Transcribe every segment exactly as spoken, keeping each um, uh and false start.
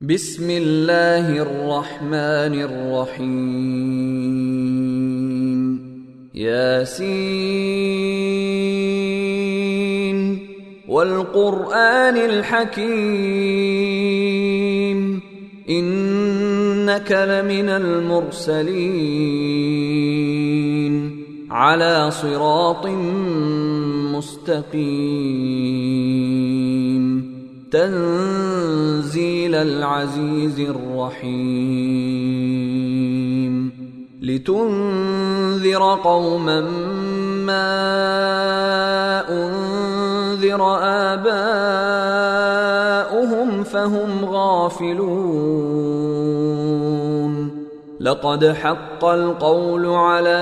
بسم الله الرحمن الرحيم ياسين والقرآن الحكيم إنك لمن المرسلين على صراط مستقيم تنزيل العزيز الرحيم لتنذر قوما ما أنذر آباؤهم فهم غافلون لقد حق القول على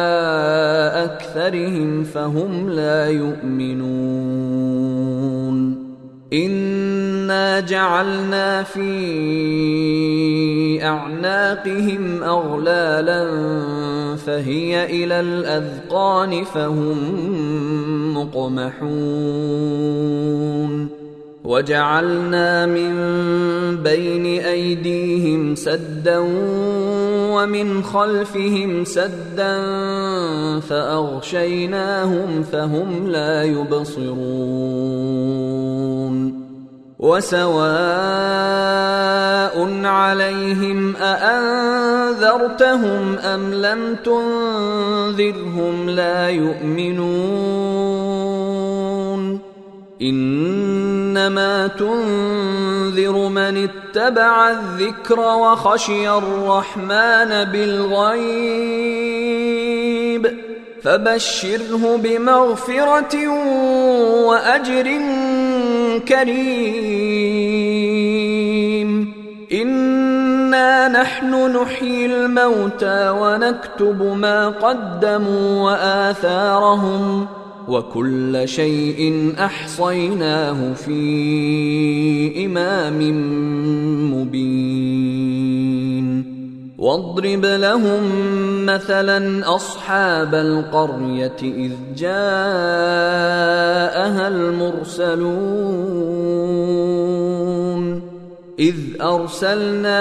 أكثرهم فهم لا يؤمنون إنا جعلنا في أعناقهم أغلالا فهي إلى الأذقان فهم مقمحون وجعلنا من بين أيديهم سدا ومن خلفهم سدا فأغشيناهم فهم لا يبصرون وسواء عليهم أأنذرتهم أم لم تنذرهم لا يؤمنون إنما تنذر من اتبع الذكر وخشي الرحمن بالغيب فبشره بمغفرة وأجر كريم إنا نحن نحيي الموتى ونكتب ما قدموا وآثارهم وكل شيء أحصيناه في إمام مبين واضرب لهم مثلا أصحاب القرية إذ جاءها المرسلون إذ أرسلنا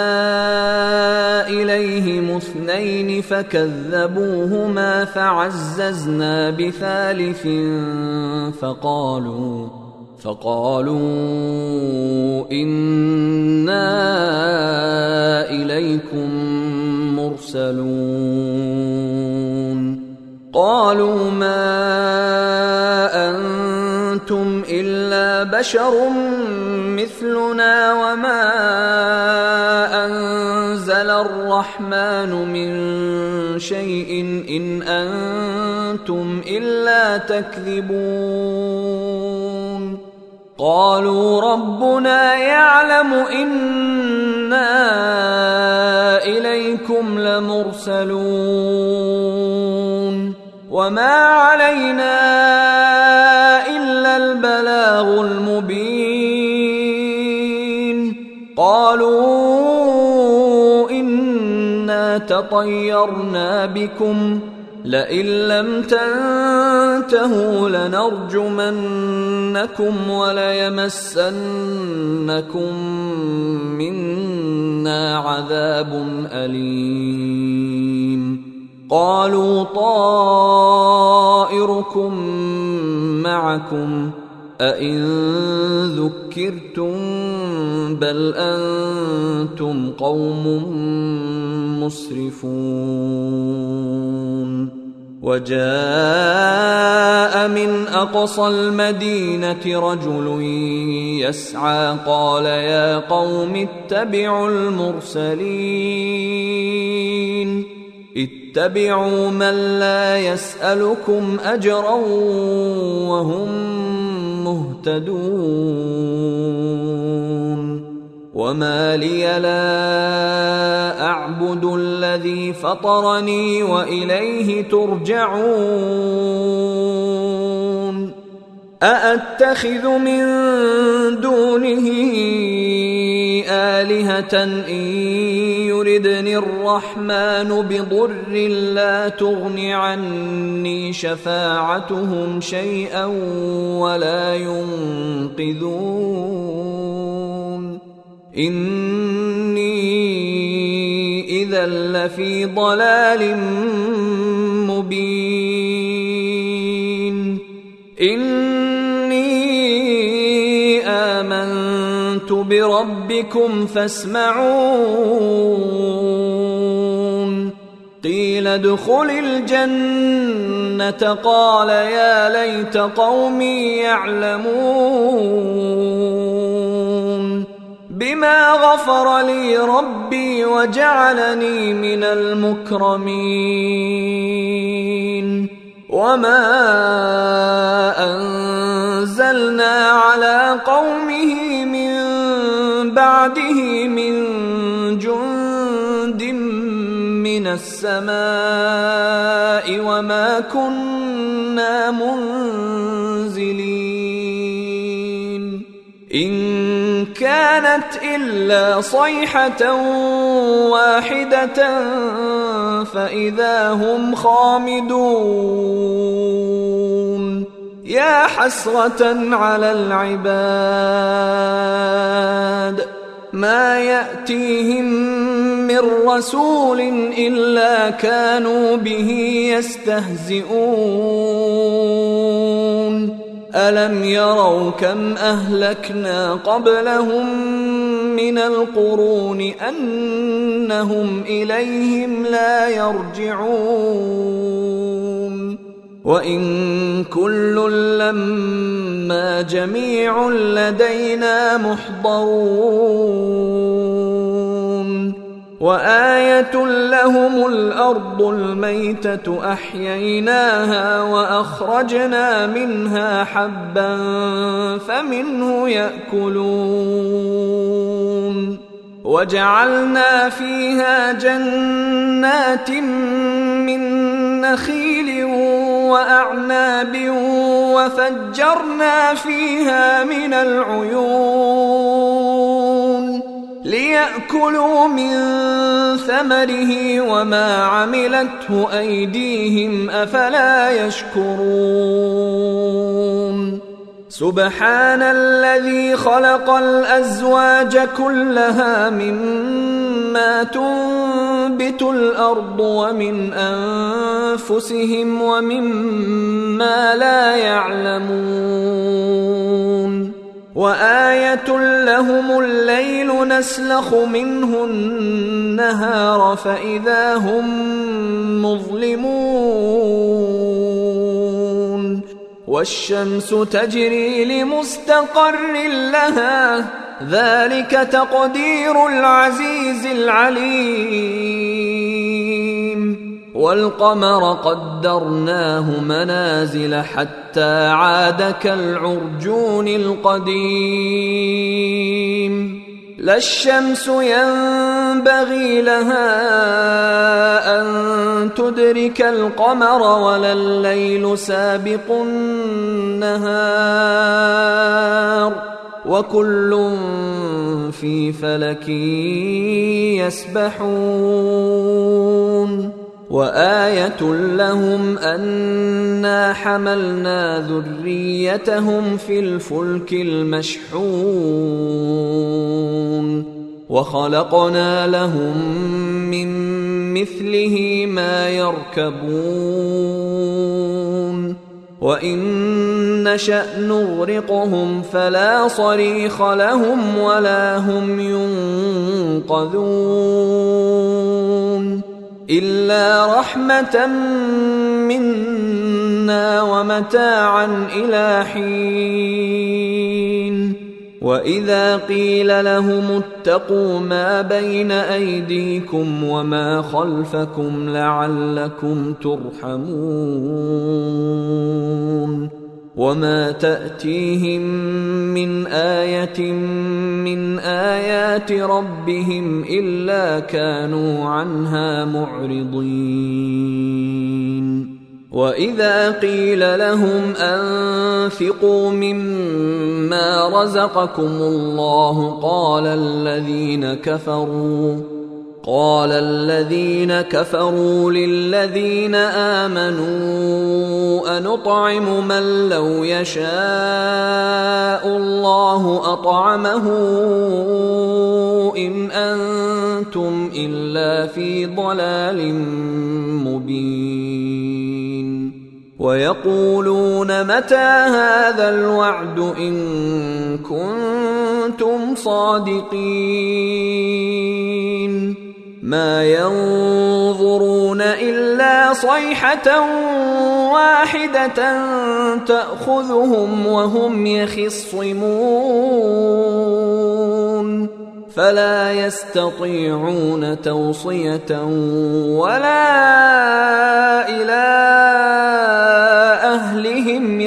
إليهم اثنين فكذبوهما فعززنا بثالث فقالوا فقالوا إنا إليكم مرسلون قالوا ما أنتم إلا بشر مثلنا وما أنزل الرحمن من شيء إن أنتم إلا تكذبون قالوا ربنا يعلم إنا إليكم لمرسلون وما علينا إلا البلاغ المبين قالوا إنا تطيرنا بكم لئن لم تنتهوا لنرجمنكم وليمسنكم منا عذاب أليم قالوا طائركم معكم أئن ذكرتم بل أنتم قوم مسرفون وجاء من أقصى المدينة رجل يسعى قال يا قوم اتبعوا المرسلين اتبعوا من لا يسألكم أجرا وهم مهتدون وما لي لا أعبد الذي فطرني وإليه ترجعون أأتخذ من دونه آلهة إن يردني الرحمن بضر لا تغن عني شفاعتهم شيئا ولا ينقذون إني إذا لفي ضلال مبين إني آمنت بربكم فاسمعون قيل ادخل الجنة قال يا ليت قومي يعلمون بما غفر لي ربي وجعلني من المكرمين وما أنزلنا على قومه من بعده من جند من السماء وما كنا منزلين إن كانت إلا صيحة واحدة فإذا هم خامدون يا حسرة على العباد ما يأتيهم من رسول إلا كانوا به يستهزئون ألم يروا كم أهلكنا قبلهم من القرون أنهم إليهم لا يرجعون وإن كل لما جميع لدينا محضرون وآية لهم الأرض الميتة أحييناها وأخرجنا منها حبا فمنه يأكلون وجعلنا فيها جنات من نخيل وأعناب وفجرنا فيها من العيون ليأكلوا من ثمره وما عملته أيديهم أفلا يشكرون سبحان الذي خلق الأزواج كلها مما تنبت الأرض ومن أنفسهم ومما لا يعلمون وآية لهم الليل نسلخ منه النهار فإذا هم مظلمون والشمس تجري لمستقر لها ذلك تقدير العزيز العليم والقمر قدرناه منازل حتى عاد كالعرجون القديم لا الشمس ينبغي لها أن تدرك القمر ولا الليل سابق النهار وكل في فلك يسبحون وآية لهم أنا حملنا ذريتهم في الفلك المشحون وخلقنا لهم من مثله ما يركبون وإن نشأ نغرقهم فلا صريخ لهم ولا هم ينقذون إلا رحمة منا ومتاعا إلى حين وإذا قيل لهم اتقوا ما بين أيديكم وما خلفكم لعلكم ترحمون وما تأتيهم من آية من آيات ربهم إلا كانوا عنها معرضين وإذا قيل لهم أنفقوا مما رزقكم الله قال الذين كفروا قال الذين كفروا للذين آمنوا أنطعم من لو يشاء الله أطعمه إن أنتم إلا في ضلال مبين ويقولون متى هذا الوعد إن كنتم صادقين ما ينظرون إلا صيحة واحدة تأخذهم وهم يخصمون فلا يستطيعون توصية ولا إلى أهلهم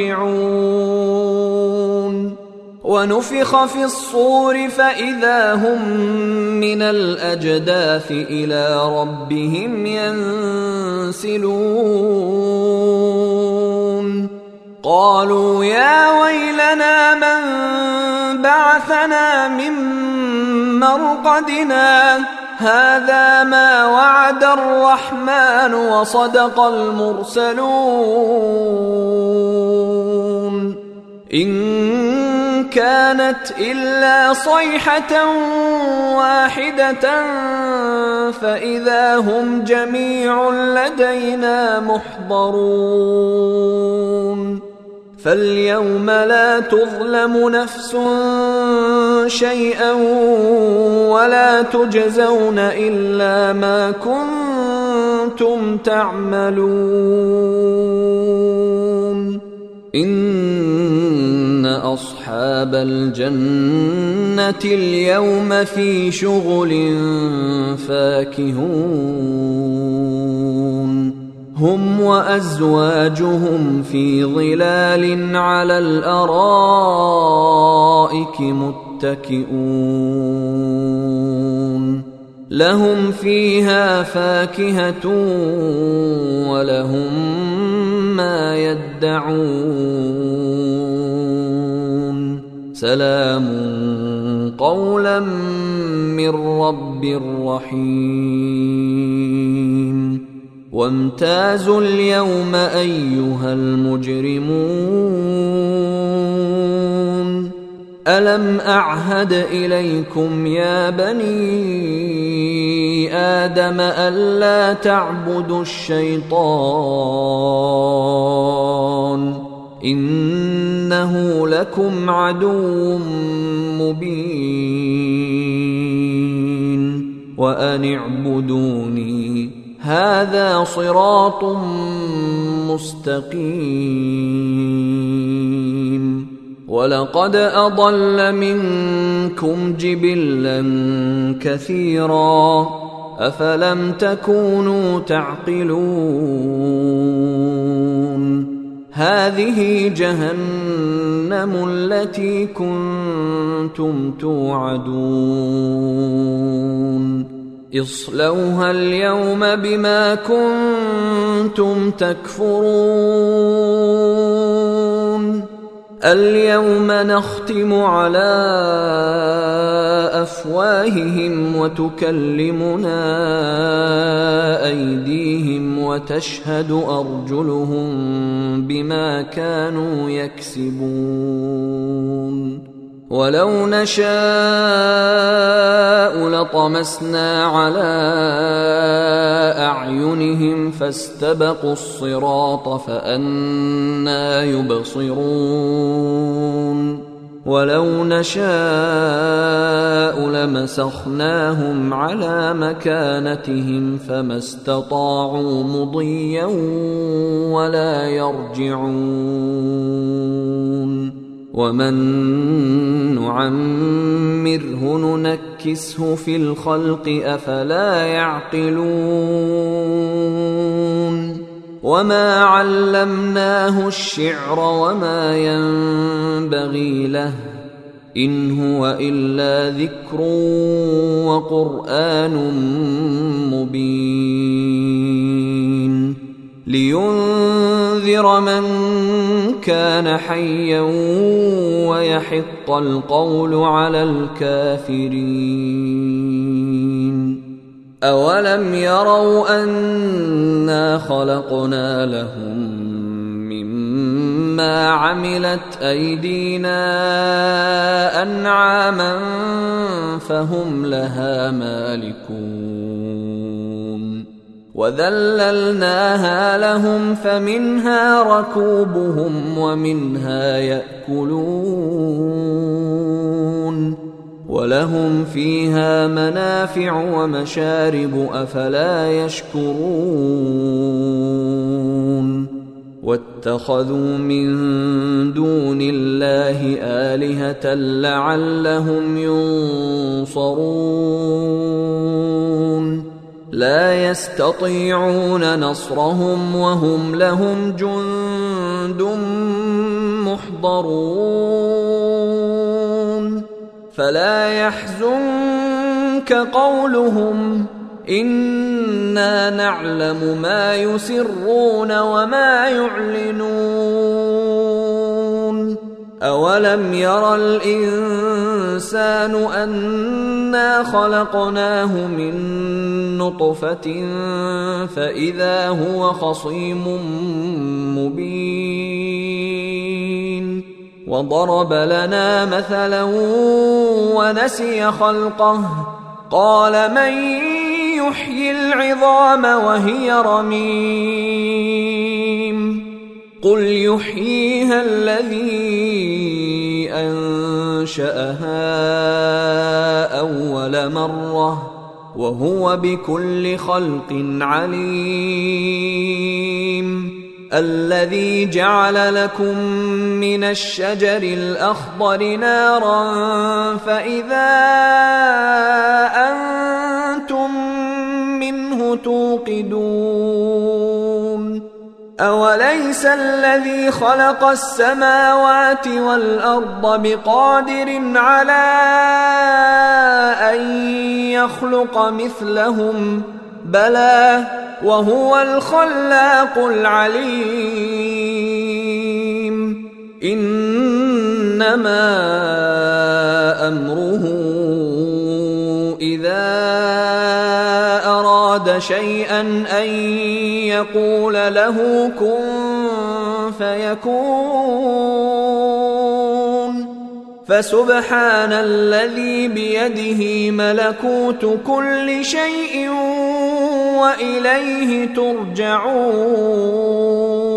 يرجعون ونفخ في الصور فإذا هم من الأجداث إلى ربهم ينسلون قالوا يا ويلنا من بعثنا من مرقدنا هذا ما وعد الرحمن وصدق المرسلون إن كانت إلا صيحة واحدة فإذا هم جميع لدينا محضرون فاليوم لا تظلم نفس شيئا ولا تجزون إلا ما كنتم تعملون إن أصحاب الجنة اليوم في شغل فاكهون هم وأزواجهم في ظلال على الأرائك متكئون لهم فيها فاكهة ولهم ما يدعون سلام قولا من رب رحيم وامتازوا اليوم أيها المجرمون ألم أعهد إليكم يا بني آدم ألا تعبدوا الشيطان إنه لكم عدو مبين وأن اعبدوني هذا صراط مستقيم ولقد أضل منكم جبلا كثيرا أفلم تكونوا تعقلون هذه جهنم التي كنتم توعدون اصلوها اليوم بما كنتم تكفرون اليوم نختم على أفواههم وتكلمنا أيديهم وتشهد أرجلهم بما كانوا يكسبون ولو نشاء لطمسنا على أعينهم فاستبقوا الصراط فأنى يبصرون ولو نشاء لمسخناهم على مكانتهم فما استطاعوا مضيا ولا يرجعون ومن نعمره ننكسه في الخلق أفلا يعقلون وما علمناه الشعر وما ينبغي له إن هو إلا ذكر وقرآن مبين لينذر من كان حيا ويحق القول على الكافرين أولم يروا أنا خلقنا لهم مما عملت أيدينا أنعاما فهم لها مالكون وذللناها لهم فمنها ركوبهم ومنها يأكلون ولهم فيها منافع ومشارب أفلا يشكرون واتخذوا من دون الله آلهة لعلهم ينصرون لا يستطيعون نصرهم وهم لهم جند محضرون فلا يحزنك قولهم إنا نعلم ما يسرون وما يعلنون أولم ير الإنسان أنا خلقناه من نطفة فإذا هو خصيم مبين وضرب لنا مثلا ونسي خلقه قال من يحيي العظام وهي رميم قل يحييها الذي أنشأها أول مرة وهو بكل خلق عليم الذي جعل لكم من الشجر الأخضر نارا فإذا أنتم منه توقدون أوليس الذي خلق السماوات والأرض بقادر على أن يخلق مثلهم بلى وهو الخلاق العليم إنما أمره إذا أراد شيئا أن يقول له كن فيكون فسبحان الذي بيده ملكوت كل شيء وإليه ترجعون